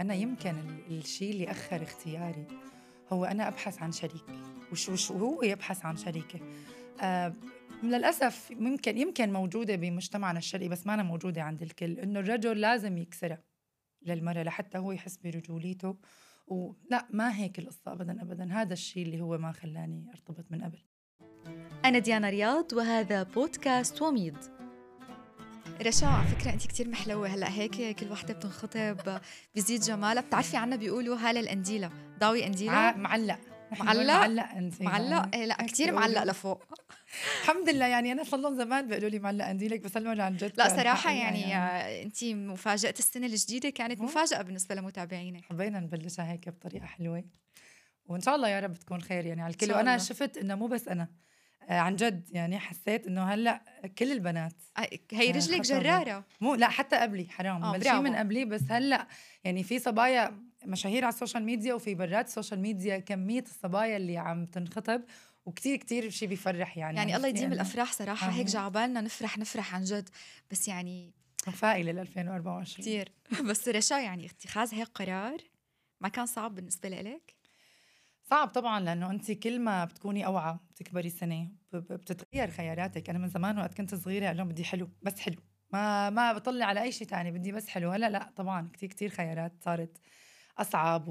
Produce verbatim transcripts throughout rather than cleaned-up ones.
شوفي أنا يمكن ال- الشيء اللي أخر اختياري هو أنا أبحث عن شريك، وش وش وهو يبحث عن شريكة. آه للأسف ممكن يمكن موجودة بمجتمعنا الشرقي، بس ما أنا موجودة عند الكل، إنه الرجل لازم يكسرها للمرأة لحتى هو يحس برجوليته. ولا ما هيك القصة أبدا أبدا، هذا الشيء اللي هو ما خلاني أرتبط من قبل. أنا ديانا رياض وهذا بودكاست وميض. رشا، على فكرة أنت كتير محلوة هلأ، هيك كل وحدة بتنخطب بيزيد جمالها. بتعرفي عنا بيقولوا هالة القنديلة، ضاوي قنديلة معلق معلق معلق أنت معلق إيه، لا كتير معلق لفوق. الحمد لله، يعني أنا صار لهم زمان بيقولوا لي معلق قنديلك، بس المرة عن جد لا صراحة يعني, يعني أنت مفاجأة السنة الجديدة كانت مفاجأة بالنسبة لمتابعينك. حبينا نبلشها هيك بطريقة حلوة، وإن شاء الله يا رب تكون خير يعني على الكل. وأنا شفت إنه مو بس أنا، آه عن جد يعني حسيت إنه هلأ كل البنات هي رجلك آه جرارة، مو لا حتى قبلي حرام آه بلشي من قبلي، بس هلأ يعني في صبايا مشاهير على السوشيال ميديا وفي برات السوشيال ميديا كمية الصبايا اللي عم تنخطب، وكتير كتير شي بيفرح يعني. يعني الله يديم الأفراح صراحة. آه هيك جعبالنا نفرح نفرح عن جد، بس يعني فائلة ل ألفين وأربعة وعشرين كتير. بس رشا يعني اتخاذ هيك قرار ما كان صعب بالنسبة لك؟ صعب طبعا، لأنه أنت كل ما بتكوني أوعى بتكبري سنة بتتغير خياراتك. أنا من زمان وقت كنت صغيرة قال لهم بدي حلو بس حلو، ما ما بطلع على أي شيء تاني، بدي بس حلو. هلا لا طبعا كتير كتير خيارات صارت أصعب،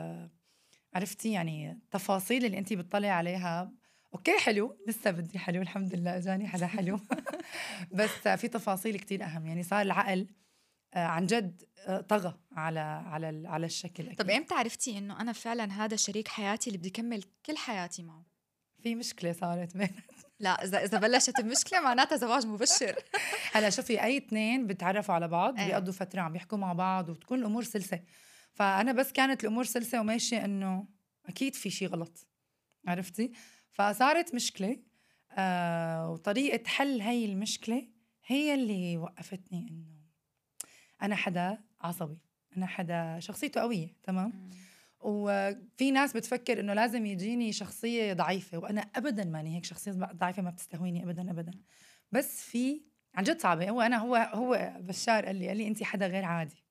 وعرفتي يعني التفاصيل اللي أنت بتطلع عليها. أوكي حلو، لسه بدي حلو الحمد لله أجاني حدا حلو بس في تفاصيل كتير أهم، يعني صار العقل عن جد طغى على على على الشكل أكيد. طب إمتى عرفتي إنه أنا فعلا هذا شريك حياتي اللي بدي كمل كل حياتي معه؟ في مشكلة صارت بيننا لا إذا إذا بلشت المشكلة معناتها زواج مبشر. هلا شوفي، أي اثنين بتعرفوا على بعض أيه. بيقضوا فترة عم بيحكوا مع بعض وتكون الأمور سلسة. فأنا بس كانت الأمور سلسة وماشية، إنه أكيد في شي غلط، عرفتي؟ فصارت مشكلة، آه وطريقة حل هاي المشكلة هي اللي وقفتني. إنه أنا حدا عصبي، أنا حدا شخصيته قوية تمام. م. وفي ناس بتفكر إنه لازم يجيني شخصية ضعيفة، وأنا أبداً ماني هيك. شخصية ضعيفة ما بتستهويني أبداً أبداً. بس في عن جد صعبة. هو أنا هو هو بشار قال لي قال لي أنت حدا غير عادي،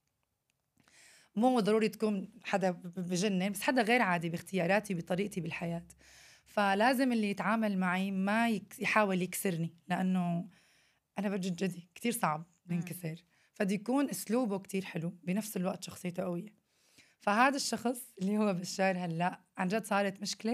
مو ضروري تكون حدا بجنن، بس حدا غير عادي باختياراتي بطريقتي بالحياة. فلازم اللي يتعامل معي ما يحاول يكسرني، لأنه أنا بجد جدي كتير صعب ننكسر. فدي يكون أسلوبه كتير حلو بنفس الوقت شخصيته قوية. فهذا الشخص اللي هو بشار هلأ عن جد صارت مشكلة،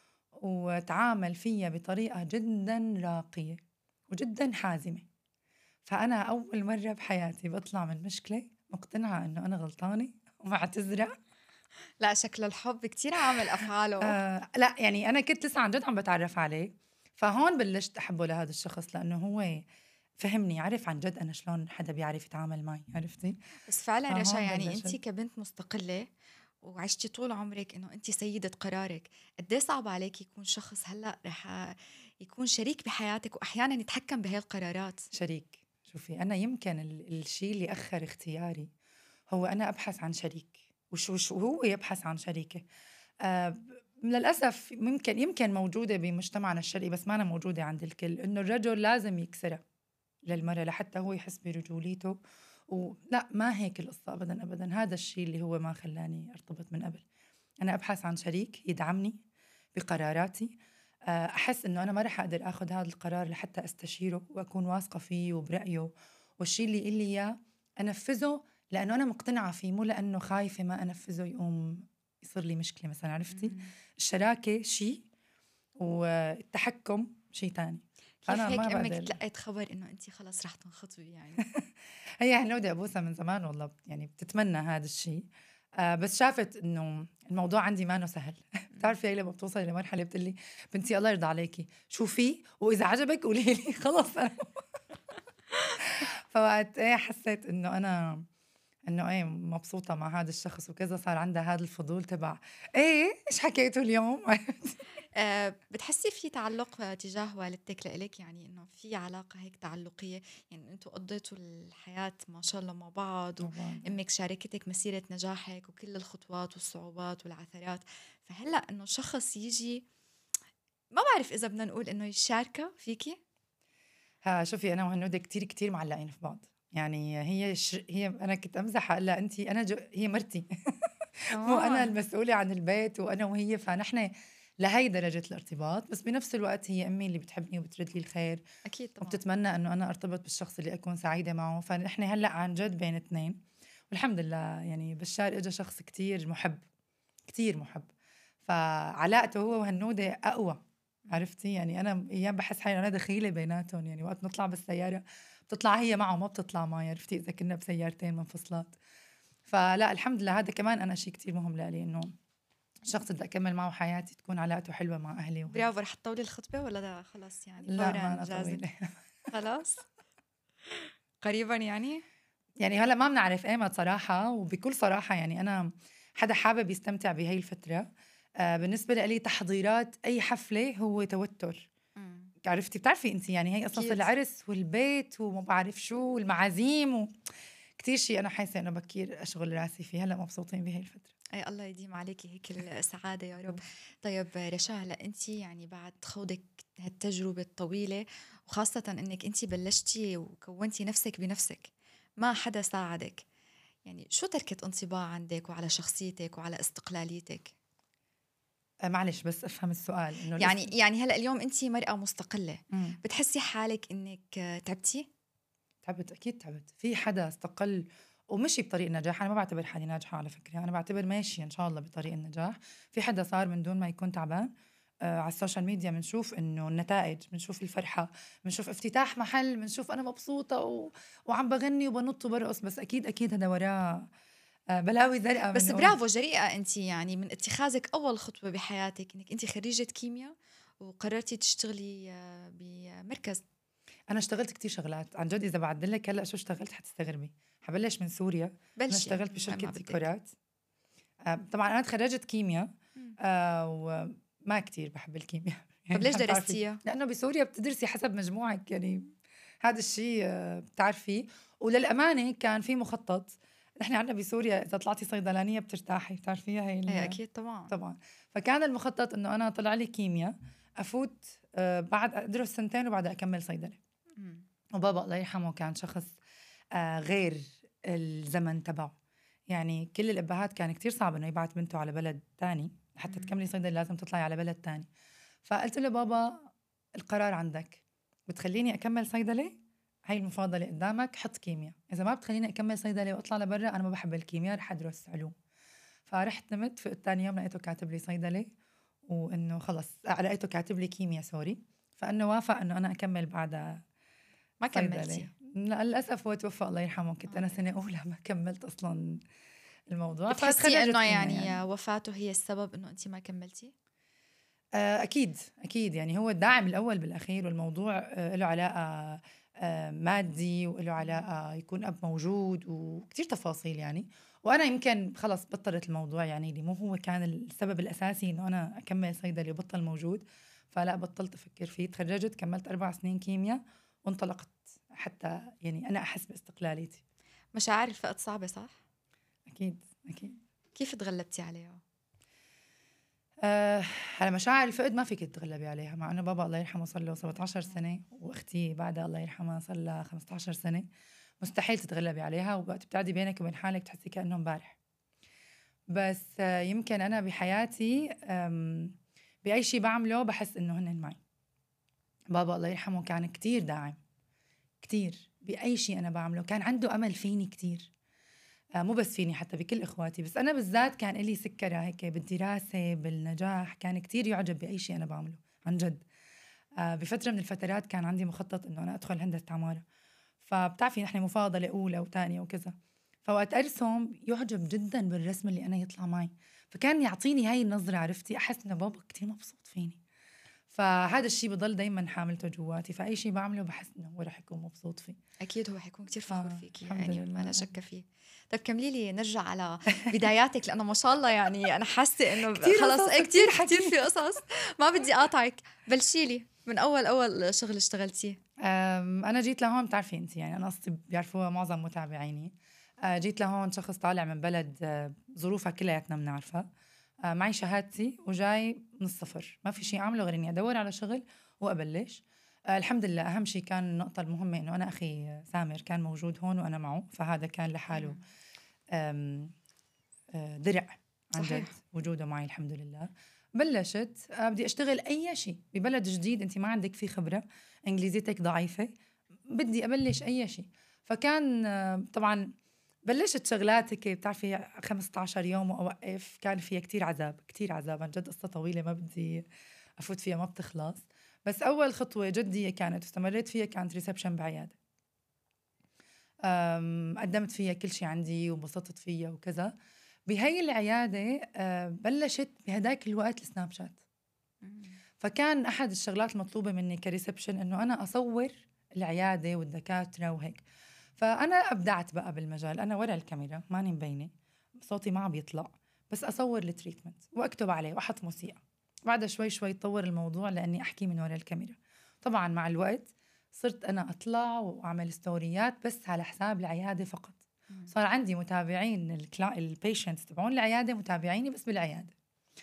وتعامل فيها بطريقة جدا راقية وجدا حازمة. فأنا أول مرة بحياتي بطلع من مشكلة مقتنعة إنه أنا غلطانة ومعتذرة. لا شكل الحب كتير عامل أفعاله. آه لا يعني أنا كنت لسه عن جد عم بتعرف عليه، فهون بلشت أحبه لهذا الشخص، لأنه هو فهمني، عرف عن جد أنا شلون حدا بيعرف يتعامل معي، عرفتي؟ بس فعلا رشا يعني أنت كبنت مستقلة وعشتي طول عمرك إنه أنت سيدة قرارك، قديه صعب عليك يكون شخص هلأ رح يكون شريك بحياتك وأحيانا يتحكم بهاي القرارات؟ شريك، شوفي أنا يمكن الشيء اللي أخر اختياري هو أنا أبحث عن شريك، وش وش وهو يبحث عن شريكة. آه للأسف ممكن يمكن موجودة بمجتمعنا الشرقي، بس ما أنا موجودة عند الكل، إنه الرجل لازم يكسرها للمرأة لحتى هو يحس برجوليته. ولا ما هيك القصة أبدا أبدا، هذا الشيء اللي هو ما خلاني أرتبط من قبل. أنا أبحث عن شريك يدعمني بقراراتي، أحس إنه أنا ما رح أقدر أخذ هذا القرار لحتى أستشيره وأكون واثقة فيه وبرأيه، والشيء اللي يقول لي إياه أنفذه لأنه أنا مقتنعة فيه، مو لأنه خايفة ما أنفذه يقوم يصير لي مشكلة مثلا، عرفتي؟ م- الشراكة شيء والتحكم شيء تاني. كيف هيك أمك تلقيت خبر إنه أنتي خلص رح تنخطبي يعني؟ هي هنودي أبوسها من زمان والله، يعني بتتمنى هذا الشيء، آه بس شافت إنه الموضوع عندي ما إنه سهل. بتعرفي هي لما بتوصل لمرحلة بتقلي بنتي الله يرضى عليكي شوفي وإذا عجبك قولي لي خلص أنا فوقت إيه حسيت إنه أنا إنه إيه مبسوطة مع هذا الشخص وكذا، صار عندها هذا الفضول تبع إيه إيش حكيته اليوم. أه بتحسي في تعلق تجاه والدتك لإلك، يعني إنه في علاقة هيك تعلقية، يعني أنتوا قضيتوا الحياة ما شاء الله مع بعض، وأمك شاركتك مسيرة نجاحك وكل الخطوات والصعوبات والعثرات، فهلأ إنه شخص يجي ما بعرف إذا بدنا نقول إنه يشاركه فيكي؟ ها شوفي أنا وهنودة كتير كتير معلقين في بعض، يعني هي ش... هي انا كنت امزح اقول لها انت انا جو... هي مرتي مو انا كمان المسؤوله عن البيت وانا وهي، فنحن لهي درجه الارتباط. بس بنفس الوقت هي امي اللي بتحبني وبترد لي الخير اكيد طبعا. وبتتمنى انه انا ارتبط بالشخص اللي اكون سعيده معه. فنحن هلا عن جد بين اثنين، والحمد لله. يعني بشار اجى شخص كتير محب، كتير محب، فعلاقته هو وهنودة أقوى. عرفتي؟ يعني أنا أيام بحس حالي أنا دخيلة بيناتهم، يعني وقت نطلع بالسيارة بتطلع هي معه ما بتطلع معي. عرفتي؟ إذا كنا بسيارتين منفصلات. فلا الحمد لله، هذا كمان أنا شيء كتير مهم لي، إنه الشخص اللي أكمل معه حياتي تكون علاقته حلوة مع أهلي وهيك. برافو. رح تطولي الخطبة ولا ده خلاص يعني لا ما فورا أنا جاهزة؟ طويلة خلاص قريبا يعني. يعني هلا ما بنعرف ايمت صراحة، وبكل صراحة يعني أنا حدا حابب يستمتع بهاي الفترة. آه بالنسبة لي تحضيرات أي حفلة هو توتر. مم. عرفتي؟ بتعرفي انت يعني هي قصص اكيد. العرس والبيت وما بعرف شو والمعازيم و... كتير شيء انا حاسه انه بكير اشغل راسي فيه. هلا مبسوطين بهي الفتره. اي الله يديم عليكي هيك السعاده يا رب. طيب رشا، هلا انت يعني بعد خوضك هالتجربه الطويله، وخاصه انك انت بلشتي وكونتي نفسك بنفسك ما حدا ساعدك، يعني شو تركت انطباع عندك وعلى شخصيتك وعلى استقلاليتك؟ آه معلش بس افهم السؤال انه يعني الاسم... يعني هلا اليوم انت مرأة مستقله، مم. بتحسي حالك انك تعبتي؟ تعبت، اكيد تعبت. في حدا استقل ومشي بطريق النجاح؟ انا ما بعتبر حالي ناجحه على فكره، انا بعتبر ماشيه ان شاء الله بطريق النجاح. في حدا صار من دون ما يكون تعبان؟ آه على السوشيال ميديا بنشوف انه النتائج، بنشوف الفرحه، بنشوف افتتاح محل، بنشوف انا مبسوطه و... وعم بغني وبنط وبرقص. بس اكيد اكيد هذا وراه آه بلاوي زرقاء بس من ورا. برافو، جريئة انت يعني من اتخاذك اول خطوة بحياتك انك انت خريجة كيمياء وقررتي تشتغلي آه، بمركز. انا اشتغلت كتير شغلات عن جد، اذا بعدلك هلا شو اشتغلت حتستغربي. حبلش من سوريا. انا بلشي اشتغلت من وين بشركه ما بدك. ديكورات. آه طبعا انا تخرجت كيمياء، مم. آه وما كتير بحب الكيمياء طب يعني ليش بتعرفي درستيها؟ لانه بسوريا بتدرسي حسب مجموعك، يعني هذا الشيء آه بتعرفيه. وللامانه كان في مخطط. نحن عندنا بسوريا اذا طلعتي صيدلانيه بترتاحي، بتعرفيها هي ايه ال- اكيد طبعا. طبعا. فكان المخطط انه انا طلع لي كيمياء، افوت آه بعد ادرس سنتين وبعدها اكمل صيدله. مم. وبابا الله يرحمه كان شخص آه غير الزمن تبعه. يعني كل الابهات كان كتير صعب انه يبعت بنته على بلد تاني حتى مم. تكملي صيدله، لازم تطلعي على بلد تاني. فقلت له بابا القرار عندك، بتخليني اكمل صيدله هاي المفاضله قدامك، حط كيمياء. اذا ما بتخليني اكمل صيدله واطلع لبرا انا ما بحب الكيمياء، رح ادرس علوم. فرحت نمت في الثاني يوم لقيته كاتب لي صيدله، وانه خلص لقيته كاتب لي كيمياء سوري، فانه وافق انه انا اكمل بعدها ما صيدلة. كملتي؟ لا للأسف هو توفى الله يرحمه، كنت أنا الله سنة يرحمه. أولى ما كملت أصلا الموضوع، بتحسي فتخرجت انه كيمياء يعني, يعني. وفاته هي السبب انه انت ما كملتي؟ آه، أكيد أكيد، يعني هو الداعم الأول بالأخير. والموضوع آه، له علاقة آه، مادي، وله علاقة يكون أب موجود وكتير تفاصيل يعني. وأنا يمكن خلص بطلت الموضوع، يعني اللي مو هو كان السبب الأساسي إنه أنا أكمل صيدلة وبطل موجود. فلا بطلت أفكر فيه، تخرجت كملت أربع سنين كيمياء وانطلقت، حتى يعني أنا أحس باستقلاليتي. مشاعر الفقد صعبة صح؟ أكيد أكيد. كيف تغلبتي عليها؟ أه على مشاعر الفقد ما فيك تتغلبي عليها، مع انه بابا الله يرحمه صار له سبعة عشر سنه، واختي بعدها الله يرحمها صار لها خمسة عشر سنه. مستحيل تتغلبي عليها، ووقت بتعدي بينك وبين حالك تحسي كانه امبارح. بس أه يمكن انا بحياتي باي شيء بعمله بحس انه هن معي. بابا الله يرحمه كان كتير داعم، كتير باي شيء انا بعمله، كان عنده امل فيني كتير. آه مو بس فيني، حتى بكل إخواتي، بس أنا بالذات كان إلي سكرة هيك بالدراسة بالنجاح. كان كتير يعجب بأي شيء أنا بعمله عن جد. آه بفترة من الفترات كان عندي مخطط إنه أنا أدخل هندسة عمارة. فبتعرفي نحن مفاضلة أولى وثانية وكذا. فوقت أرسم يعجب جدا بالرسم اللي أنا يطلع معي، فكان يعطيني هاي النظرة. عرفتي؟ أحس إنه بابا كتير مبسوط فيني. فهذا الشيء بضل دايما حاملته جواتي، فأي شيء بعمله بحس إنه هو رح يكون مبسوط فيه. اكيد هو حيكون كتير فخور آه فيكي الحمد يعني لله. ما لا شك فيه. طيب كملي لي، نرجع على بداياتك لانه ما شاء الله يعني انا حاسه انه كتير خلص قصص إيه وكتير كتير كتير حكي. في قصص. ما بدي اقاطعك، بلشي لي من اول اول شغل اشتغلتيه. أم، أنا جيت لهون، بتعرفي أنت يعني أنا قصتي بيعرفوها معظم متابعيني. أه، جيت لهون شخص طالع من بلد أه، ظروفها كلياتنا بنعرفها. أه، معي شهادتي وجاي من الصفر، ما في شيء أعمله غير إني أدور على شغل وأبلش. آه الحمد لله. أهم شيء كان النقطة المهمة إنه أنا أخي سامر كان موجود هون وأنا معه، فهذا كان لحاله آم، آه درع عن صحيح. جد وجوده معي الحمد لله. بلشت آه بدي أشتغل أي شيء ببلد جديد أنت ما عندك فيه خبرة، إنجليزيتك ضعيفة، بدي أبلش أي شيء. فكان آه طبعا بلشت شغلات هيك بتعرفي خمسة عشر يوم وأوقف، كان فيها كتير عذاب كتير عذاب عن جد، قصة طويلة ما بدي أفوت فيها ما بتخلص. بس أول خطوة جدية كانت واستمريت فيها كانت ريسبشن بعيادة. أم، قدمت فيها كل شيء عندي وانبسطت فيها وكذا. بهي العيادة أه، بلشت بهداك الوقت السناب شات. فكان أحد الشغلات المطلوبة مني كريسبشن إنه أنا أصور العيادة والدكاترة وهيك. فأنا أبدعت بقى بالمجال، أنا ورا الكاميرا ماني مبينة، صوتي ما عم بيطلع، بس أصور التريتمنت وأكتب عليه وأحط موسيقى. بعد شوي شوي تطور الموضوع لأني أحكي من ورا الكاميرا. طبعا مع الوقت صرت أنا أطلع وأعمل ستوريات بس على حساب العيادة فقط. صار عندي متابعين البيشنتس تبعون العيادة متابعيني بس بالعيادة.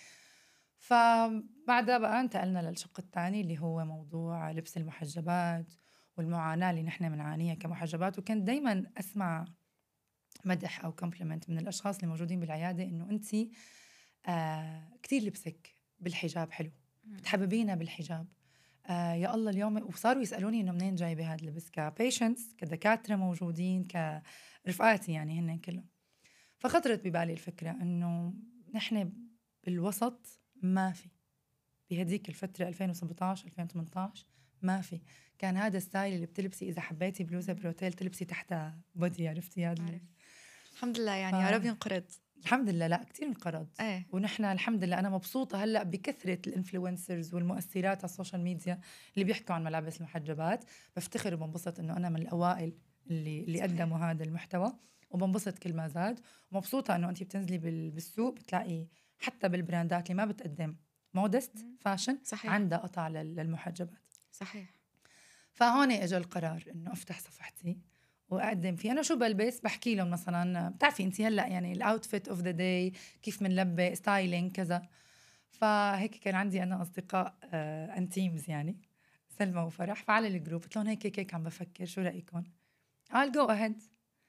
فبعدها بقى انتقلنا للشق الثاني اللي هو موضوع لبس المحجبات والمعاناة اللي نحن بنعانيها كمحجبات. وكنت دايما أسمع مدح أو كومبلمنت من الأشخاص اللي موجودين بالعيادة إنه أنتي آه كتير لبسك بالحجاب حلو، بتحببينا بالحجاب. آه يا الله اليوم. وصاروا يسألوني إنه منين جايبة هذا اللبس كبيشنتس كدكاترة موجودين كرفقاتي يعني هن كلهم. فخطرت ببالي الفكرة إنه نحن بالوسط ما في بهديك الفترة ألفين وسبعطعش ألفين وثمنطعش ما في كان هذا الستايل اللي بتلبسي إذا حبيتي بلوزة بروتيل تلبسي تحتها بودي، عرفتي هذا اللي... الحمد لله يعني يا رب ينقرض. الحمد لله لا كتير انقرض. ايه. ونحن الحمد لله أنا مبسوطة هلأ بكثرة الانفلونسرز والمؤثرات على السوشيال ميديا اللي بيحكوا عن ملابس المحجبات. بفتخر وبنبسط إنه أنا من الأوائل اللي اللي قدموا هذا المحتوى، وبنبسط كل ما زاد. ومبسوطة إنه أنتي بتنزلي بالسوق بتلاقي حتى بالبراندات اللي ما بتقدم مودست فاشن عندها قطع للمحجبات. صحيح. فهون اجى القرار انه افتح صفحتي واقدم فيه انا شو بلبس، بحكي لهم مثلا بتعرفي انت هلا يعني الاوتفيت اوف ذا داي كيف بنلبس ستايلينج كذا. فهيك كان عندي انا اصدقاء آه انتيمز يعني سلمى وفرح، فعلى الجروب قلت لهم هيك هيك هيك عم بفكر شو رايكم؟ قال جو اهيد.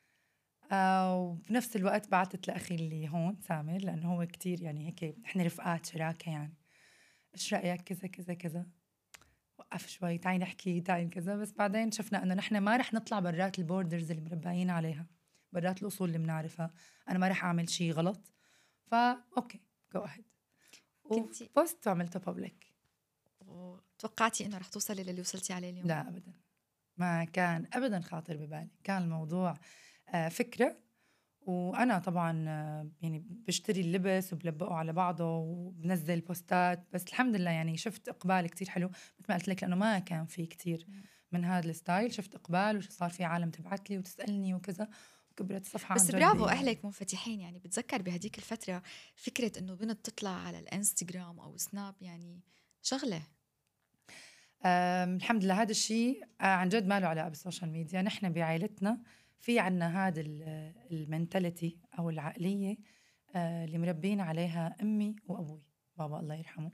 آه وبنفس الوقت بعثت لاخي اللي هون سامر لانه هو كتير يعني هيك نحن رفقات شراكه يعني، ايش رايك كذا كذا كذا. وقف شوي تعي نحكي تعي كذا. بس بعدين شفنا انه نحن ما رح نطلع برات البوردرز اللي مربعين عليها، برات الاصول اللي بنعرفها. انا ما رح اعمل شيء غلط. فا اوكي جو اهيد. كنتي بوست وعملته بابليك. وتوقعتي انه رح توصلي للي وصلتي عليه اليوم؟ لا ابدا، ما كان ابدا خاطر ببالي. كان الموضوع آه فكره، وانا طبعا آه يعني بشتري اللبس وبلبقه على بعضه وبنزل بوستات. بس الحمد لله يعني شفت اقبال كتير حلو مثل ما قلت لك لانه ما كان في كتير من هذا الستايل. شفت اقبال وصار في عالم تبعت لي وتسالني وكذا وكبرت الصفحه. بس برافو اهلك منفتحين يعني. بتذكر بهديك الفتره فكره انه بنت تطلع على الانستغرام او سناب يعني شغله. الحمد لله هذا الشيء عن جد ما له علاقه بالسوشيال ميديا. نحن بعائلتنا في عنا هذا المنتاليتي او العقليه اللي مربين عليها امي وابوي بابا الله يرحمه.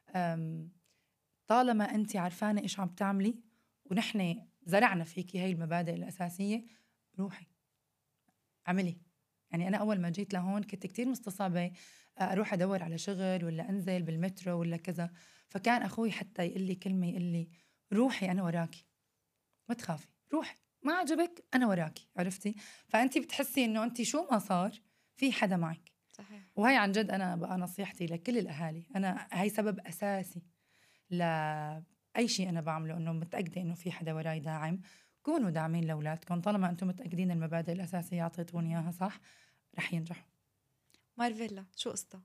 طالما انت عارفانه ايش عم تعملي ونحن زرعنا فيكي هاي المبادئ الاساسيه، روحي عملي. يعني انا اول ما جيت لهون كنت كتير مستصعبه اروح ادور على شغل ولا انزل بالمترو ولا كذا. فكان اخوي حتى يقول لي كلمه، يقول لي روحي انا وراكي، ما تخافي روحي، ما عجبك انا وراكي، عرفتي؟ فانت بتحسي انه انت شو ما صار في حدا معك. صحيح. وهي عن جد انا بقى نصيحتي لكل الاهالي، انا هاي سبب اساسي لاي شيء انا بعمله، انه متاكده انه في حدا وراي داعم. كونوا داعمين لاولادكم طالما انتم متاكدين المبادئ الاساسيه اعطيتوني اياها صح رح ينجحوا. مارفيلا شو قصتها؟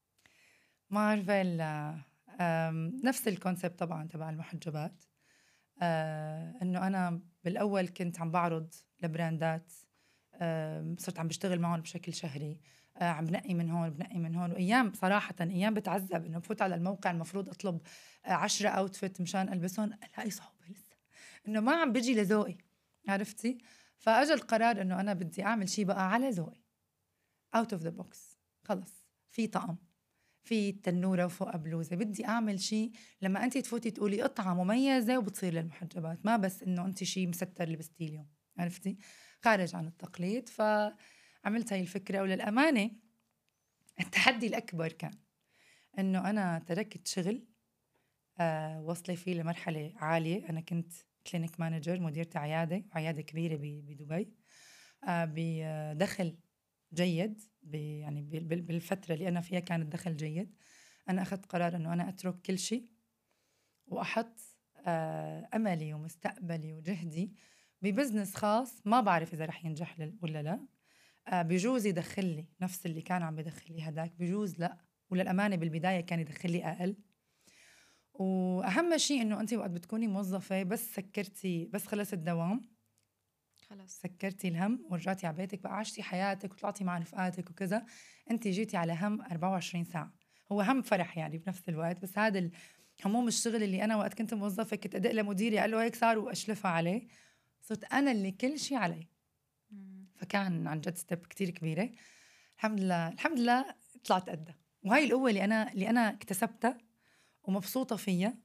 مارفيلا نفس الكونسبت طبعا تبع المحجبات. آه انه انا بالاول كنت عم بعرض لبراندات، آه صرت عم بشتغل معهم بشكل شهري، آه عم بنقي من هون بنقي من هون. وايام صراحه ايام بتعذب انه بفوت على الموقع المفروض اطلب آه عشرة اوتفيت مشان البسهم، الاقي صعوبه لسه انه ما عم بيجي لذوقي، عرفتي؟ فاجى القرار انه انا بدي اعمل شيء بقى على ذوقي، اوت اوف ذا بوكس. خلص في طقم في تنورة وفوق بلوزة، بدي أعمل شيء لما أنت تفوتي تقولي قطعة مميزة وبتصير للمحجبات، ما بس إنه أنت شيء مستر لبستي اليوم، عرفتي؟ خارج عن التقليد. فعملت هاي الفكرة. وللأمانة التحدي الأكبر كان إنه أنا تركت شغل آه وصلي فيه لمرحلة عالية. أنا كنت كلينيك مانجر، مديرة عيادة، عيادة كبيرة بدبي، آه بدخل جيد، يعني بالفترة اللي أنا فيها كانت دخل جيد. أنا أخذت قرار أنه أنا أترك كل شيء وأحط آه أملي ومستقبلي وجهدي ببزنس خاص، ما بعرف إذا رح ينجح ولا لا. آه بجوز يدخل لي نفس اللي كان عم بدخل لي هداك، بجوز لا، وللأمانة بالبداية كان يدخل لي أقل. وأهم شيء إنه أنت وقت بتكوني موظفة بس سكرتي، بس خلص الدوام خلص سكرتي الهم ورجعتي على بيتك، بقى عشتي حياتك وطلعتي مع رفقاتك وكذا، أنت جيتي على هم أربعة وعشرين ساعة. هو هم فرح يعني بنفس الوقت، بس هذا هموم الشغل اللي أنا وقت كنت موظفة كنت أدق لمديري قال له هيك صار وأشلفها عليه، صرت أنا اللي كل شيء علي. فكان عن جد ستيب كتير كبيرة. الحمد لله الحمد لله طلعت قدها، وهي القوة اللي أنا اللي أنا اكتسبتها ومبسوطة فيها.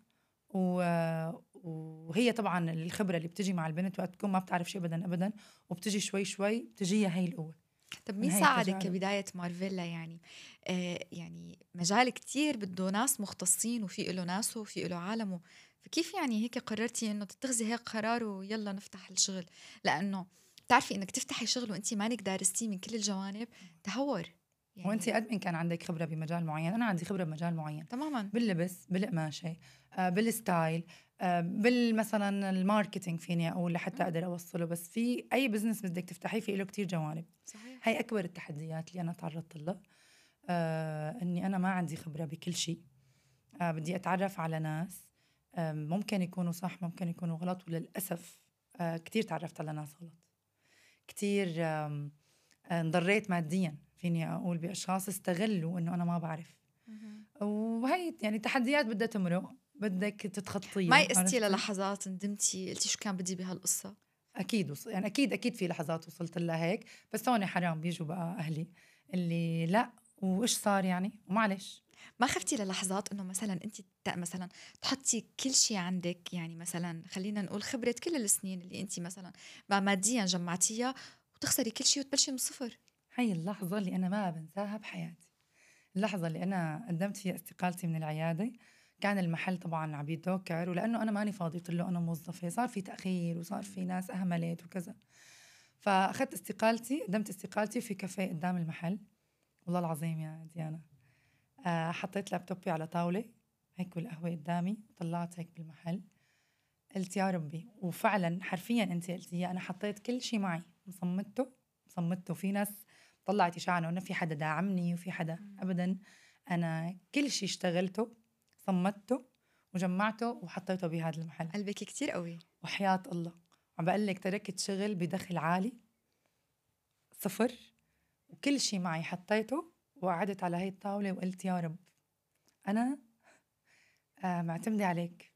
وهي طبعا الخبرة اللي بتجي مع البنت وقت تكون ما بتعرف شيء أبدا أبدا، وبتجي شوي شوي بتجيها هي القوة. طب مين ساعدك كبداية مارفيلا؟ يعني آه يعني مجال كتير بده ناس مختصين وفي له ناس وفي له عالم، فكيف يعني هيك قررتي إنه تتخذي هيك قرار ويلا نفتح الشغل؟ لأنه تعرفي إنك تفتحي شغل وأنتي مانك دارستيه من كل الجوانب تهور يعني. وأنتي قد من كان عندك خبرة بمجال معين، أنا عندي خبرة بمجال معين تماما، باللبس، بالقماشة، آه بالستايل، آه بالمثلا الماركتينج فيني أقول لحتى أقدر أوصله. بس في أي بزنس بدك تفتحيه في له كتير جوانب. صحيح. هاي أكبر التحديات اللي أنا تعرضت لها، آه إني أنا ما عندي خبرة بكل شيء. آه بدي أتعرف على ناس آه ممكن يكونوا صح ممكن يكونوا غلط، وللأسف آه كتير تعرفت على ناس غلط كتير. آه انضريت ماديا فيني أقول بأشخاص استغلوا إنه أنا ما بعرف. وهي يعني تحديات بدها تمرق، بدك تتخطيها. ما يأستي للحظات ندمتي قلتي شو كان بدي بهالقصة؟ أكيد وص... يعني أكيد أكيد في لحظات وصلت لها هيك، بس هون حرام بيجوا بقى أهلي اللي لا وإيش صار يعني ومعلش. ما خفتي للحظات إنه مثلا أنت مثلا تحطي كل شيء عندك، يعني مثلا خلينا نقول خبرة كل السنين اللي أنت مثلا ماديا جمعتيها وتخسري كل شيء وتبلشي من الصفر؟ هاي اللحظة اللي أنا ما بنساها بحياتي، اللحظة اللي أنا قدمت فيها استقالتي من العيادة. كان المحل طبعا عم يتذكر، ولأنه أنا ماني فاضي قلت له أنا موظفة، صار في تأخير وصار في ناس أهملت وكذا. فأخذت استقالتي، قدمت استقالتي في كافيه قدام المحل. والله العظيم يا ديانا آه حطيت لابتوبي على طاولة هيك والقهوة قدامي، طلعت هيك بالمحل، قلت يا ربي. وفعلا حرفيا انت قلتي، أنا حطيت كل شيء معي مصمته مصمته. في ناس طلعت إشاعة إنه في حدا داعمني وفي حدا، أبدا. أنا كل شيء اشتغلته صمته وجمعته وحطيته بهذا المحل. قلبك كتير قوي وحياة الله عم بقول لك تركت شغل بدخل عالي صفر، وكل شيء معي حطيته وقعدت على هاي الطاولة وقلت يا رب أنا آه معتمدة عليك.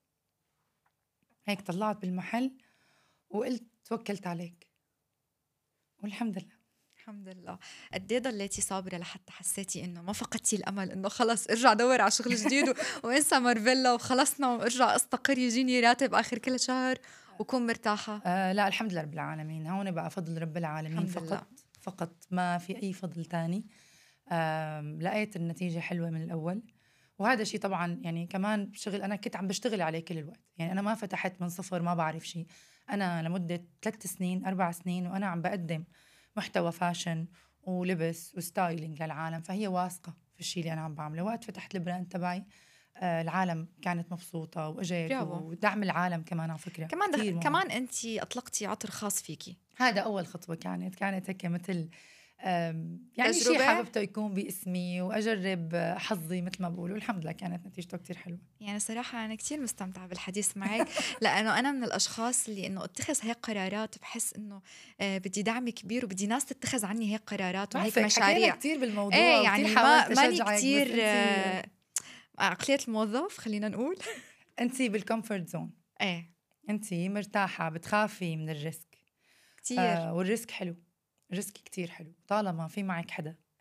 هيك طلعت بالمحل وقلت توكلت عليك، والحمد لله. الحمد لله. قد ايه ضليتي صابرة لحتى حسيتي انه ما فقدتي الامل انه خلص ارجع دور على شغل جديد وانسى مارفيلا وخلصنا وارجع استقر يجيني راتب اخر كل شهر وكون مرتاحة؟ آه لا الحمد لله رب العالمين، هون بقى فضل رب العالمين فقط لله. فقط ما في اي فضل تاني. آه لقيت النتيجة حلوة من الاول، وهذا شيء طبعا يعني كمان بشغل أنا كنت عم بشتغل عليه كل الوقت. يعني أنا ما فتحت من صفر ما بعرف شيء، أنا لمدة ثلاث سنين أربع سنين وأنا عم بقدم محتوى فاشن ولبس وستايلينج للعالم، فهي واثقة في الشيء اللي أنا عم بعمله. وقت فتحت البراند تبعي آه العالم كانت مبسوطة وأجيت، ودعم العالم كمان على فكرة كمان دخ... كمان أنت أطلقتي عطر خاص فيكي. هذا أول خطوة كانت كانت هيك مثل يعني شيء حاببته يكون باسمي وأجرب حظي مثل ما بقولوا. الحمد لله كانت نتيجته كتير حلوة. يعني صراحة أنا كتير مستمتعة بالحديث معك لأنه أنا من الأشخاص اللي إنه اتخذ هيك قرارات بحس إنه آه بدي دعم كبير وبدي ناس تتخذ عني هيك قرارات وهيك مشاريع كتير بالموضوع. ايه يعني ما ماني كتير آه عقلية الموظف خلينا نقول. أنتي بالكمفورت زون، ايه أنتي مرتاحة، بتخافي من الريسك كتير آه والريسك حلو، ريسك كتير حلو طالما في معك حدا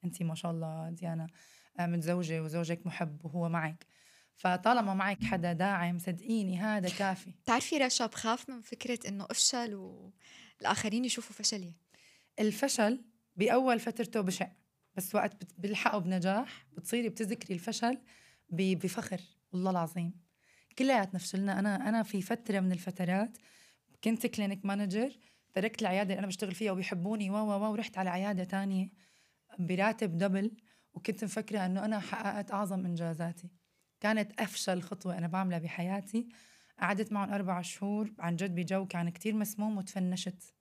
انت ما شاء الله ديانا متزوجة وزوجك محب وهو معك، فطالما معك حدا داعم صدقيني هذا كافي. بتعرفي رشا بخاف من فكرة إنه أفشل والآخرين يشوفوا فشلي. الفشل بأول فترته بشع، بس وقت بتلحقه بنجاح بتصيري بتذكري الفشل بفخر. والله العظيم كلياتنا فشلنا. أنا أنا في فترة من الفترات كنت كلينيك مانجر، تركت العيادة اللي أنا بشتغل فيها وبيحبوني و و ورحت على عيادة تانية براتب دبل، وكنت مفكرة أنه أنا حققت أعظم إنجازاتي. كانت أفشل خطوة أنا بعملها بحياتي. قعدت معهم أربع شهور عن جد بجو كان كتير مسموم، وتفنشت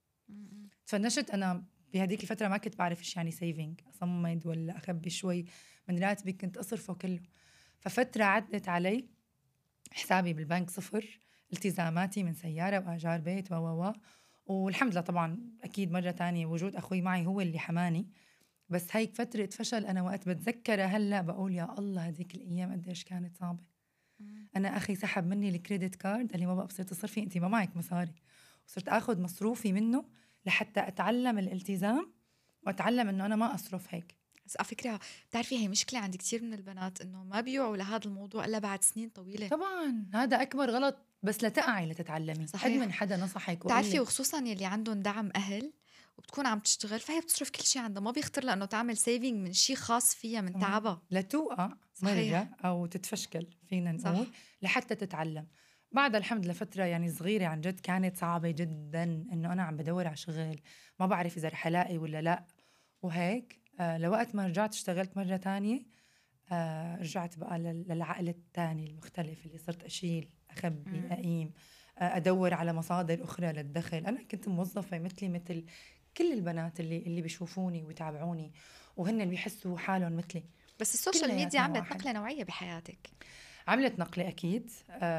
تفنشت أنا بهديك الفترة ما كنت بعرف إيش يعني سيفينج، أصمد ولا أخبي شوي من راتبي كنت أصرفه كله. ففترة عدت علي حسابي بالبنك صفر، التزاماتي من سيارة وآجار بيت و و والحمد لله طبعا أكيد مرة تانية وجود أخوي معي هو اللي حماني. بس هيك فترة فشل أنا وقت بتذكرها هلأ بقول يا الله هديك الأيام قديش كانت صعبة. أنا أخي سحب مني الكريدت كارد قال لي ما بقى بصير تصرفي أنت ما معك مصاري، وصرت أخذ مصروفي منه لحتى أتعلم الالتزام وأتعلم إنه أنا ما أصرف هيك. بس على فكرة بتعرفي هي مشكلة عند كتير من البنات إنه ما بيوعوا لهذا الموضوع إلا بعد سنين طويلة. طبعا هذا أكبر غلط، بس لتقعي لتتعلمي. قد من حدا نصحك تعرفي وخصوصا يلي عندهم دعم أهل وبتكون عم تشتغل فهي بتصرف كل شيء عندها، ما بيخطر لها إنه تعمل سيفينج من شيء خاص فيها من تعبها لتوقع مرة أو تتفشكل فينا نقول صح. لحتى تتعلم. بعد الحمد لله فترة يعني صغيرة عن جد كانت صعبة جدا إنه أنا عم بدور على شغل ما بعرف إذا رح ألاقي ولا لا، وهيك آه لوقت ما رجعت اشتغلت مرة تانية آه رجعت بقى للعقل الثاني المختلف اللي صرت أشيل أخبي أقيم آه أدور على مصادر أخرى للدخل. أنا كنت موظفة مثلي مثل كل البنات اللي اللي بيشوفوني ويتابعوني وهن اللي بيحسوا حالهم مثلي. بس السوشيال ميديا عملت نقلة نوعية بحياتك. عملت نقلة أكيد.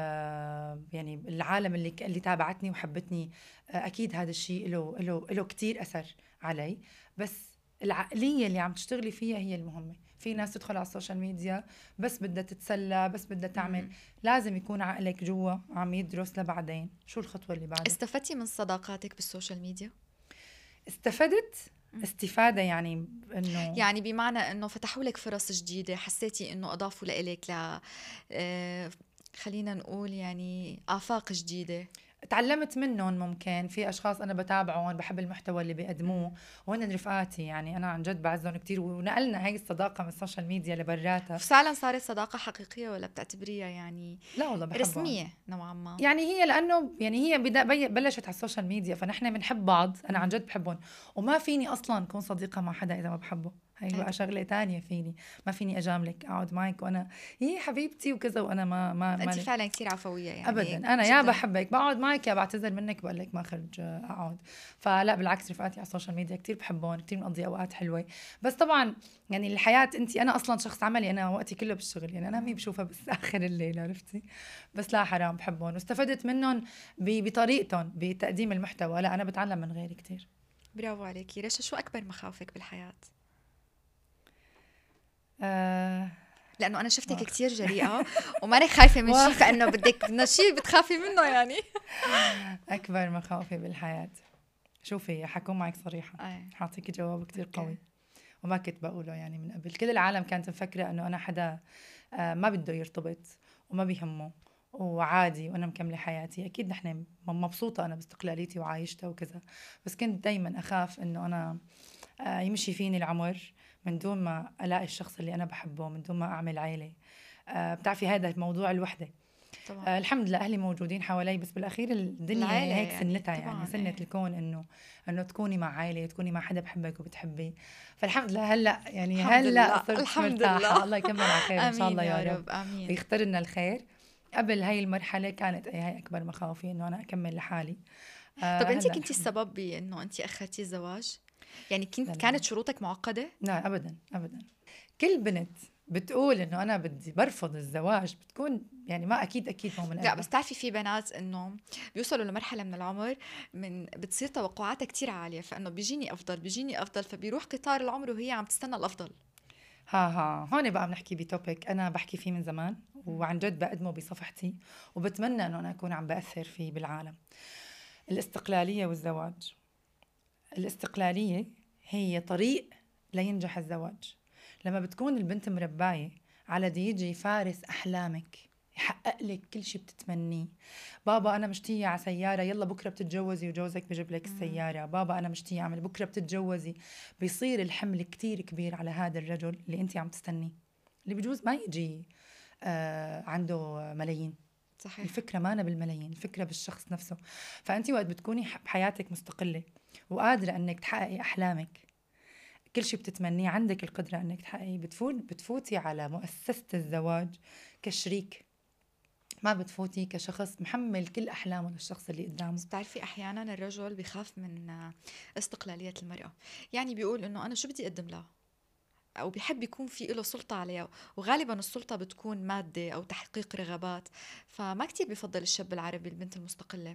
آه يعني العالم اللي اللي تابعتني وحبتني آه أكيد هذا الشيء له له له كتير أثر علي. بس العقلية اللي عم تشتغلي فيها هي المهمة. في ناس تدخل على السوشيال ميديا بس بدها تتسلى بس بدها تعمل. لازم يكون عقلك جوا عم يدرس لبعدين شو الخطوة اللي بعدها. استفدتي من صداقاتك بالسوشيال ميديا؟ استفدت استفادة يعني إنه يعني بمعنى إنه فتحوا لك فرص جديدة، حسيتي إنه أضافوا لإلك ل آه خلينا نقول يعني آفاق جديدة؟ تعلمت منهم. ممكن في أشخاص أنا بتابعهم بحب المحتوى اللي بيقدموه وهن رفقاتي، يعني أنا عن جد بعزهم كتير، ونقلنا هاي الصداقة من السوشيال ميديا لبراتها. فعلا صارت صداقة حقيقية ولا بتعتبريها يعني لا والله بحبها رسمية نوعا ما؟ يعني هي لأنه يعني هي بدا بلشت على السوشيال ميديا فنحن بنحب بعض. أنا عن جد بحبهم وما فيني أصلا كون صديقة مع حدا إذا ما بحبه. هي بقى شغلة تانية فيني. ما فيني أجاملك أقعد معك وأنا هي حبيبتي وكذا وأنا ما ما أنت فعلا كتير عفوية يعني أبدا. أنا يا بحبك بقعد معك يا بعتذر منك بقول لك ما خرج أقعد. فلا بالعكس رفقاتي على السوشيال ميديا كتير بحبهم كتير بنقضي أوقات حلوة. بس طبعا يعني الحياة أنت أنا أصلا شخص عملي، أنا وقتي كله بالشغل يعني أنا مي بشوفها بس آخر الليل عرفتي. بس لا حرام بحبهم واستفدت منهم بطريقتهم بتقديم المحتوى. لا أنا بتعلم من غيري كتير. برافو عليكي. رشا شو أكبر مخاوفك بالحياة؟ آه لأنه أنا شفتك آه. كتير جريئة وماني خايفة من شيء فإنه بدك من شيء بتخافي منه يعني. أكبر مخاوفي بالحياة شوفي حكون معك صريحة حاعطيكي جواب كتير قوي وما كنت بقوله يعني من قبل. كل العالم كانت مفكرة أنه أنا حدا آه ما بده يرتبط وما بيهمه وعادي وأنا مكملة حياتي. أكيد نحن مبسوطة أنا باستقلاليتي وعايشتها وكذا، بس كنت دايما أخاف أنه أنا آه يمشي فيني العمر من دون ما ألاقي الشخص اللي أنا بحبه، من دون ما أعمل عائلة. آه بتعرفي هذا موضوع الوحدة طبعا. آه الحمد لله أهلي موجودين حوالي، بس بالأخير الدنيا هيك سنتها يعني, يعني سنة ايه. الكون إنه إنه تكوني مع عائلة، تكوني مع حدا بحبك وبتحبي. فالحمد لله هلا يعني هلا صرت الحمد مرتاحة. لله. الله يكمل على خير إن شاء الله يا, يا رب, رب. آمين. ويختار لنا الخير. قبل هاي المرحلة كانت هاي أكبر مخاوفي إنه أنا أكمل لحالي. آه طب أنتِ كنتي السبب بإنه أنتِ أخذتي الزواج؟ يعني كنت لا لا. كانت شروطك معقدة؟ لا أبدا أبدا. كل بنت بتقول انه انا بدي برفض الزواج بتكون يعني ما اكيد اكيد مو من لا بس تعرفي في بنات انه بيوصلوا لمرحله من العمر من بتصير توقعاتها كتير عاليه، فانه بيجيني افضل بيجيني افضل فبيروح قطار العمر وهي عم تستنى الافضل. ها ها هون بقى بنحكي بتوبيك انا بحكي فيه من زمان وعن جد بقدمه بصفحتي وبتمنى انه انا اكون عم باثر فيه بالعالم. الاستقلاليه والزواج. الاستقلاليه هي طريق لينجح الزواج. لما بتكون البنت مرباية على دي يجي فارس أحلامك يحقق لك كل شيء بتتمنيه. بابا أنا مشتية على سيارة، يلا بكرة بتتجوزي وجوزك بجيب لك السيارة. بابا أنا مشتية أعمل، بكرة بتتجوزي. بيصير الحمل كتير كبير على هذا الرجل اللي أنت عم تستنيه، اللي بجوز ما يجي آه عنده ملايين. صحيح. الفكرة ما أنا بالملايين، الفكرة بالشخص نفسه. فأنت وقت بتكوني بحياتك مستقلة وقادرة أنك تحققي أحلامك، كل شيء بتتمنيه عندك القدرة أنك تحققيه، بتفوت بتفوتي على مؤسسة الزواج كشريك، ما بتفوتي كشخص محمل كل أحلامه للشخص اللي قدامه. بس بتعرفي أحيانا الرجل بيخاف من استقلالية المرأة، يعني بيقول إنه أنا شو بدي أقدم لها، أو بيحب يكون في له سلطة عليها، وغالبا السلطة بتكون مادة أو تحقيق رغبات، فما كتير بيفضل الشاب العربي البنت المستقلة.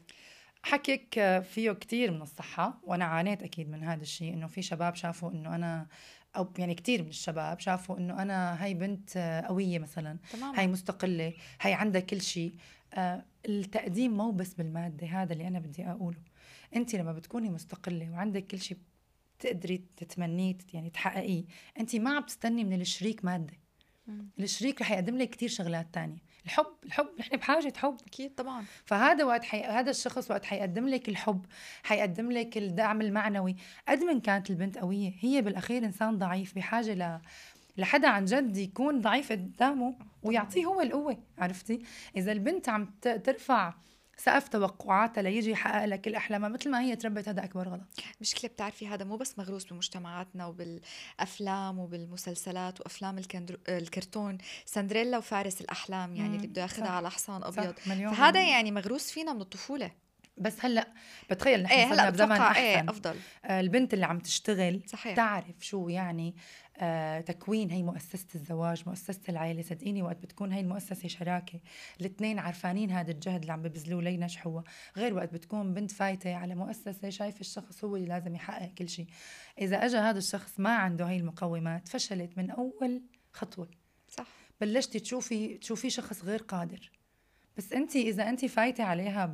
حكيك فيه كتير من الصحة، وأنا عانيت أكيد من هذا الشيء، إنه في شباب شافوا إنه أنا، أو يعني كتير من الشباب شافوا إنه أنا هاي بنت قوية مثلا، تماما. هاي مستقلة، هاي عندها كل شيء. آه التقديم مو بس بالمادة، هذا اللي أنا بدي أقوله. أنت لما بتكوني مستقلة وعندك كل شيء تقدري تتمنيه يعني تحققيه، أنت ما عم تستني من الشريك مادة. مم. الشريك رح يقدم لك كتير شغلات تانية. الحب، الحب نحن بحاجة حب أكيد طبعا. فهذا وقت حي... هذا الشخص وقت حيقدم لك الحب، حيقدم لك الدعم المعنوي. قد من كانت البنت قوية، هي بالأخير إنسان ضعيف بحاجة ل... لحدا عن جد يكون ضعيف قدامه ويعطيه هو القوة. عرفتي؟ إذا البنت عم ت... ترفع سقف توقعاتها ليجي يحقق لك الأحلام مثل ما هي تربت، هذا أكبر غلط. مشكلة بتعرفي هذا مو بس مغروس بمجتمعاتنا وبالأفلام وبالمسلسلات وأفلام الكندر... الكرتون، سندريلا وفارس الأحلام يعني اللي بده ياخدها على حصان أبيض، فهذا مليون. يعني مغروس فينا من الطفولة. بس هلا بتخيل نحن ايه صرنا بزمن احسن. ايه افضل. آه البنت اللي عم تشتغل صحيح. تعرف شو يعني آه تكوين هي مؤسسة الزواج، مؤسسة العائلة. صدقيني وقت بتكون هي المؤسسة شراكة، الاثنين عارفانين هذا الجهد اللي عم ببذلوه لينجحوا، غير وقت بتكون بنت فايتة على مؤسسة شايف الشخص هو اللي لازم يحقق كل شيء. إذا أجا هذا الشخص ما عنده هي المقومات، فشلت من أول خطوة. صح. بلشتي تشوفي تشوفي شخص غير قادر. بس انت اذا انت فايته عليها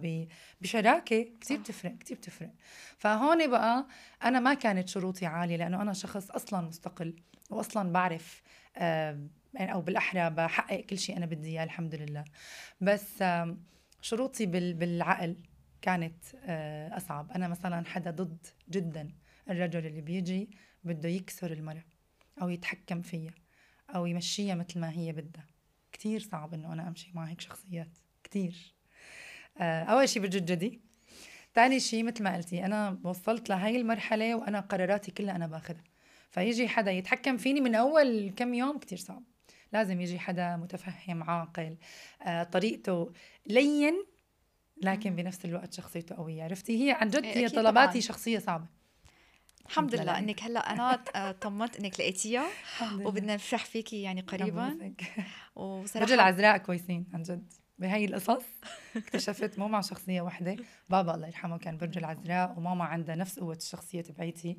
بشراكه كثير بتفرق، كثير بتفرق. فهون بقى انا ما كانت شروطي عاليه، لانه انا شخص اصلا مستقل واصلا بعرف آه او بالاحرى بحقق كل شيء انا بدي اياه الحمد لله. بس آه شروطي بالعقل كانت آه اصعب. انا مثلا حدا ضد جدا الرجل اللي بيجي بده يكسر المرأة او يتحكم فيها او يمشيها مثل ما هي بدها. كتير صعب انه انا امشي مع هيك شخصيات كتير. آه اول شيء بجدجدي، تاني شيء مثل ما قلتي انا وصلت لهي المرحله وانا قراراتي كلها انا باخذها، فيجي حدا يتحكم فيني من اول كم يوم كتير صعب. لازم يجي حدا متفهم عاقل، آه طريقته لين لكن مم. بنفس الوقت شخصيته قوية. عرفتي؟ هي عن جد هي طلباتي طبعاً. شخصية صعبة. الحمد لله انك هلا انا طمنت انك لقيتيها وبدنا نفرح فيكي يعني قريبا. وصراحه برج العذراء كويسين عن جد بهاي القصص. اكتشفت مو مع شخصيه واحده، بابا الله يرحمه كان برج العذراء وماما عندها نفس قوه الشخصيه تبعيتي.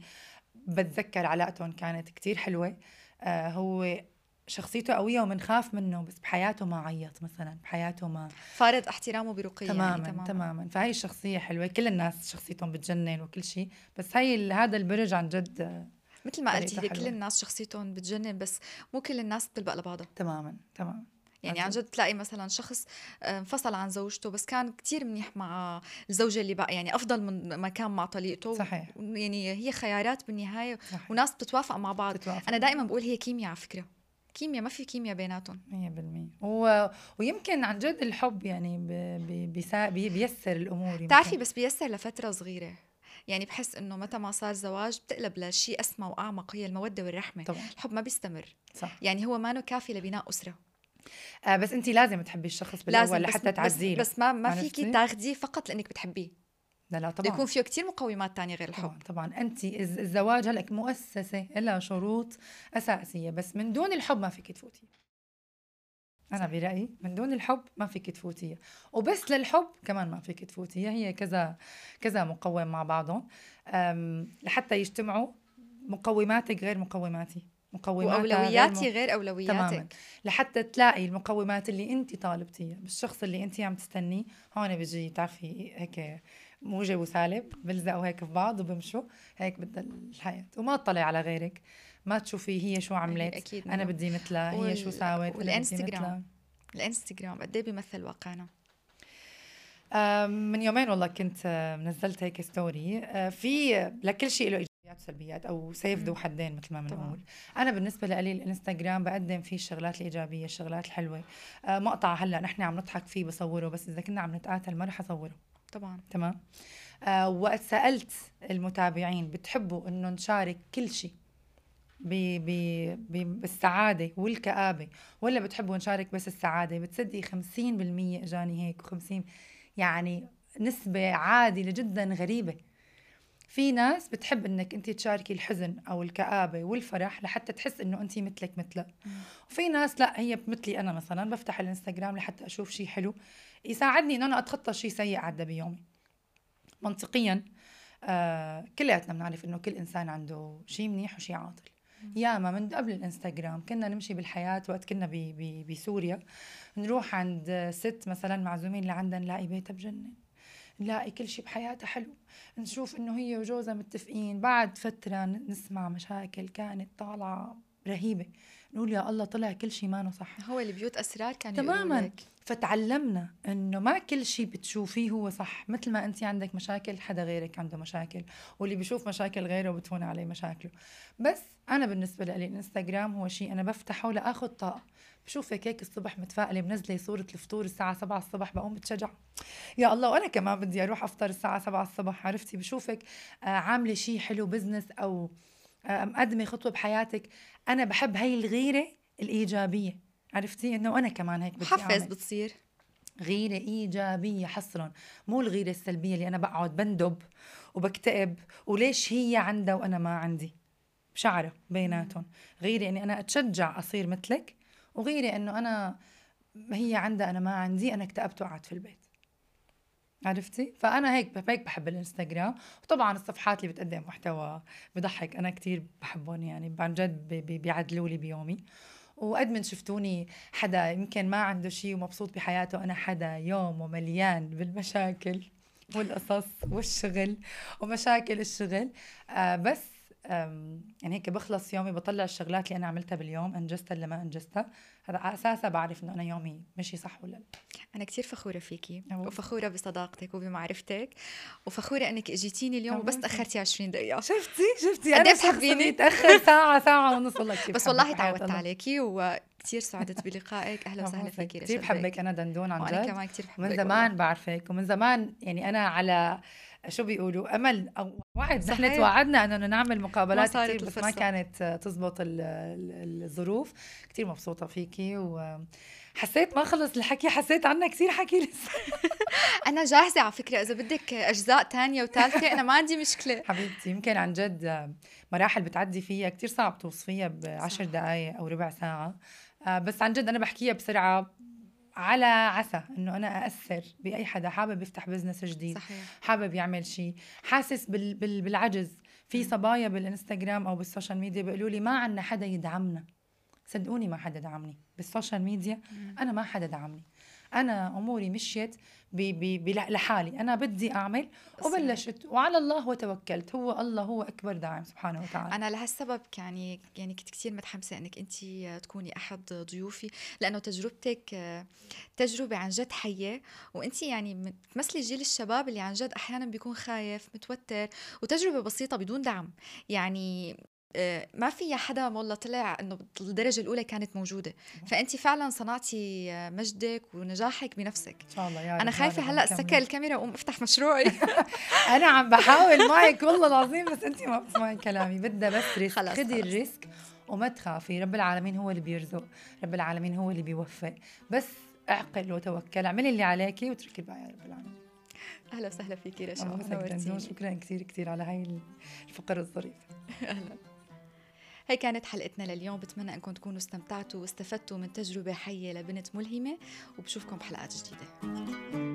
بتذكر علاقتهم كانت كتير حلوه. آه هو شخصيته قويه ومنخاف منه، بس بحياته ما عيط مثلا، بحياته ما فارض احترامه برقيه. تماما يعني تماما تماما. فهي الشخصيه حلوه، كل الناس شخصيتهم بتجنن وكل شيء، بس هي هذا البرج عن جد مثل ما قلتي كل الناس شخصيتهم بتجنن، بس مو كل الناس بتلبق لبعضها. تماما تماما. يعني عن جد تلاقي مثلا شخص انفصل عن زوجته بس كان كتير منيح مع الزوجة اللي بقى، يعني أفضل من ما كان مع طليقته. صحيح. يعني هي خيارات بالنهاية. صحيح. وناس بتتوافق مع بعض. تتوافق. أنا دائما بقول هي كيمياء، على فكرة كيمياء، ما في كيمياء بيناتهم مية بالمية. و... ويمكن عن جد الحب يعني بي... بيسا... بي... بيسر الأمور. تعرفي بس بيسر لفترة صغيرة، يعني بحس انه متى ما صار زواج بتقلب لشيء اسمى واعمق، هي الموده والرحمه. طبعا. الحب ما بيستمر. صح. يعني هو ما انه كافي لبناء اسره. آه بس انت لازم تحبي الشخص بالاول لحتى تعزيه. بس, بس ما ما فيكي تاخذيه فقط لانك بتحبيه. لا لا طبعا يكون فيه كتير مقومات تانية غير الحب. طبعا طبعا. انت الزواج هلأ مؤسسه لها شروط اساسيه، بس من دون الحب ما فيك تفوتي. أنا برأيي من دون الحب ما فيك تفوتيها، وبس للحب كمان ما فيك تفوتيها. هي كذا كذا مقوم مع بعضهم لحتى يجتمعوا. مقوماتك غير مقوماتي، وأولوياتي غير, غير أولوياتك. تماماً. لحتى تلاقي المقومات اللي أنت طالبتيها بالشخص اللي أنت عم تستنيه. هون بيجي تعرفي هيك موجب وسالب بلزقوا هيك في بعض وبمشوا هيك. بدها الحياة وما تطلع على غيرك، ما تشوفي هي شو عملت، أكيد انا بدي مثلها، هي وال... شو ساوت. والانستغرام الانستغرام قد ايه بيمثل واقعنا؟ من يومين والله كنت نزلت هيك ستوري، في لكل شيء له ايجابيات وسلبيات، او سيف ذو حدين مثل ما بنقول. انا بالنسبه لي الانستغرام بقدم فيه الشغلات الايجابيه، الشغلات الحلوه. مقطع هلا نحن عم نضحك فيه بصوره، بس اذا كنا عم نتقاتل ما رح اصوره طبعا. تمام. آه وقت سالت المتابعين بتحبوا انه نشارك كل شيء بالسعادة والكآبة ولا بتحبوا نشارك بس السعادة، بتصدقي خمسين بالمية اجاني هيك، وخمسين يعني نسبة عادلة جدا غريبة. في ناس بتحب انك انت تشاركي الحزن او الكآبة والفرح لحتى تحس انه انت مثلك مثلها، وفي ناس لا، هي مثلي انا مثلا بفتح الانستغرام لحتى اشوف شيء حلو يساعدني انه انا اتخطى شيء سيء عدى بيومي. منطقيا آه كلياتنا بنعرف انه كل انسان عنده شيء منيح وشيء عاطل. ياما من قبل الانستغرام كنا نمشي بالحياة، وقت كنا بسوريا نروح عند ست مثلا معزومين اللي عندنا، نلاقي بيتها بجنن، نلاقي كل شيء بحياتها حلو، نشوف انه هي وجوزها متفقين، بعد فترة نسمع مشاكل كانت طالعة رهيبة، نقول يا الله طلع كل شيء ما صح. هو اللي بيوت أسرار كانوا تماما. فتعلمنا انه ما كل شيء بتشوفيه هو صح، مثل ما انت عندك مشاكل حدا غيرك عنده مشاكل، واللي بيشوف مشاكل غيره بتهون عليه مشاكله. بس انا بالنسبه لي الانستغرام هو شيء انا بفتحه لاخذ طاقه، بشوفك هيك الصبح متفائله منزله صوره الفطور الساعه سبعة الصبح، بقوم بتشجع يا الله وانا كمان بدي اروح افطر الساعه سبعة الصبح. عرفتي؟ بشوفك آه عامله شيء حلو بزنس او آه مقدمه خطوه بحياتك، انا بحب هاي الغيره الايجابيه. عرفتي؟ انه انا كمان هيك بدي محفز اعمل. بتصير غيره ايجابيه حصرا، مو الغيره السلبيه اللي انا بقعد بندب وبكتئب وليش هي عندها وانا ما عندي، بشعره بيناتهم. غيره اني انا اتشجع اصير مثلك، وغيره انه انا هي عندها انا ما عندي، انا اكتئبت وقعدت في البيت. عرفتي؟ فانا هيك هيك بحب الانستغرام. وطبعا الصفحات اللي بتقدم محتوى بضحك انا كتير بحبهم، يعني عن جد بيعدلوا لي بيومي. وقد من شفتوني حدا يمكن ما عنده شيء ومبسوط بحياته، أنا حدا يومه مليان بالمشاكل والقصص والشغل ومشاكل الشغل. آه بس يعني هيك بخلص يومي بطلع الشغلات اللي أنا عملتها باليوم، أنجزتها اللي ما أنجزتها، هذا على أساسها بعرف إنه أنا يومي مشي صح ولا لا. أنا كتير فخورة فيكي وفخورة بصداقتك وبمعرفتك، وفخورة إنك اجيتيني اليوم وبس تأخرتي عشرين دقيقة. شفتي شفتي أنا بتحبيني تأخر ساعة ساعة ونص والله كتير. بس والله تعودت عليكي وكتير سعدت بلقائك. أهلا وسهلا فيكي رشا. كتير بحبك أنا دندون عن جد. وأنا كمان كتير بحبك من زمان والله. بعرفك ومن زمان، يعني أنا على شو بيقولوا أمل أو وعد، نحن توعدنا أنه نعمل مقابلات كتير بس الفرصة. ما كانت تزبط الظروف. كتير مبسوطة فيكي وحسيت ما خلص الحكي، حسيت عنها كتير حكي لسه. أنا جاهزة على فكرة، إذا بدك أجزاء تانية وثالثة أنا ما عندي مشكلة. حبيبتي يمكن عن جد مراحل بتعدي فيها كتير صعب توصفيها بعشر دقايق أو ربع ساعة، بس عن جد أنا بحكيها بسرعة على عسى انه انا ااثر باي حدا حابب يفتح بزنس جديد. صحيح. حابب يعمل شيء، حاسس بال بال بالعجز. في صبايا بالانستغرام او بالسوشيال ميديا بيقولوا لي ما عنا حدا يدعمنا. صدقوني ما حدا دعمني بالسوشيال ميديا. مم. انا ما حدا دعمني، انا اموري مشيت بي بي لحالي، انا بدي اعمل وبلشت وعلى الله وتوكلت. هو الله هو اكبر داعم سبحانه وتعالى. انا لهالسبب يعني يعني كنت كثير متحمسه انك انت تكوني احد ضيوفي، لانه تجربتك تجربه عن جد حيه، وانت يعني بتمثلي جيل الشباب اللي عن جد احيانا بيكون خايف متوتر، وتجربه بسيطه بدون دعم. يعني ما في حدا والله طلع انه الدرجه الاولى كانت موجوده، فانت فعلا صنعتي مجدك ونجاحك بنفسك ان شاء الله. يا انا خايفه هلا اسكر الكاميرا واقوم افتح مشروعي. انا عم بحاول معك والله العظيم، بس انت ما بتسمعي كلامي. بدها بس ريسك، خدي الريسك وما تخافي. رب العالمين هو اللي بيرزق، رب العالمين هو اللي بيوفق، بس اعقل وتوكل، اعملي اللي عليكي وتركي الباقي على رب العالمين. اهلا وسهلا فيكي رشا. نورتيني. شكرا كثير كثير على هاي الفقره الظريفه. اهلا. هي كانت حلقتنا لليوم، بتمنى انكم تكونوا استمتعتوا واستفدتوا من تجربة حية لبنت ملهمة، وبشوفكم بحلقات جديدة.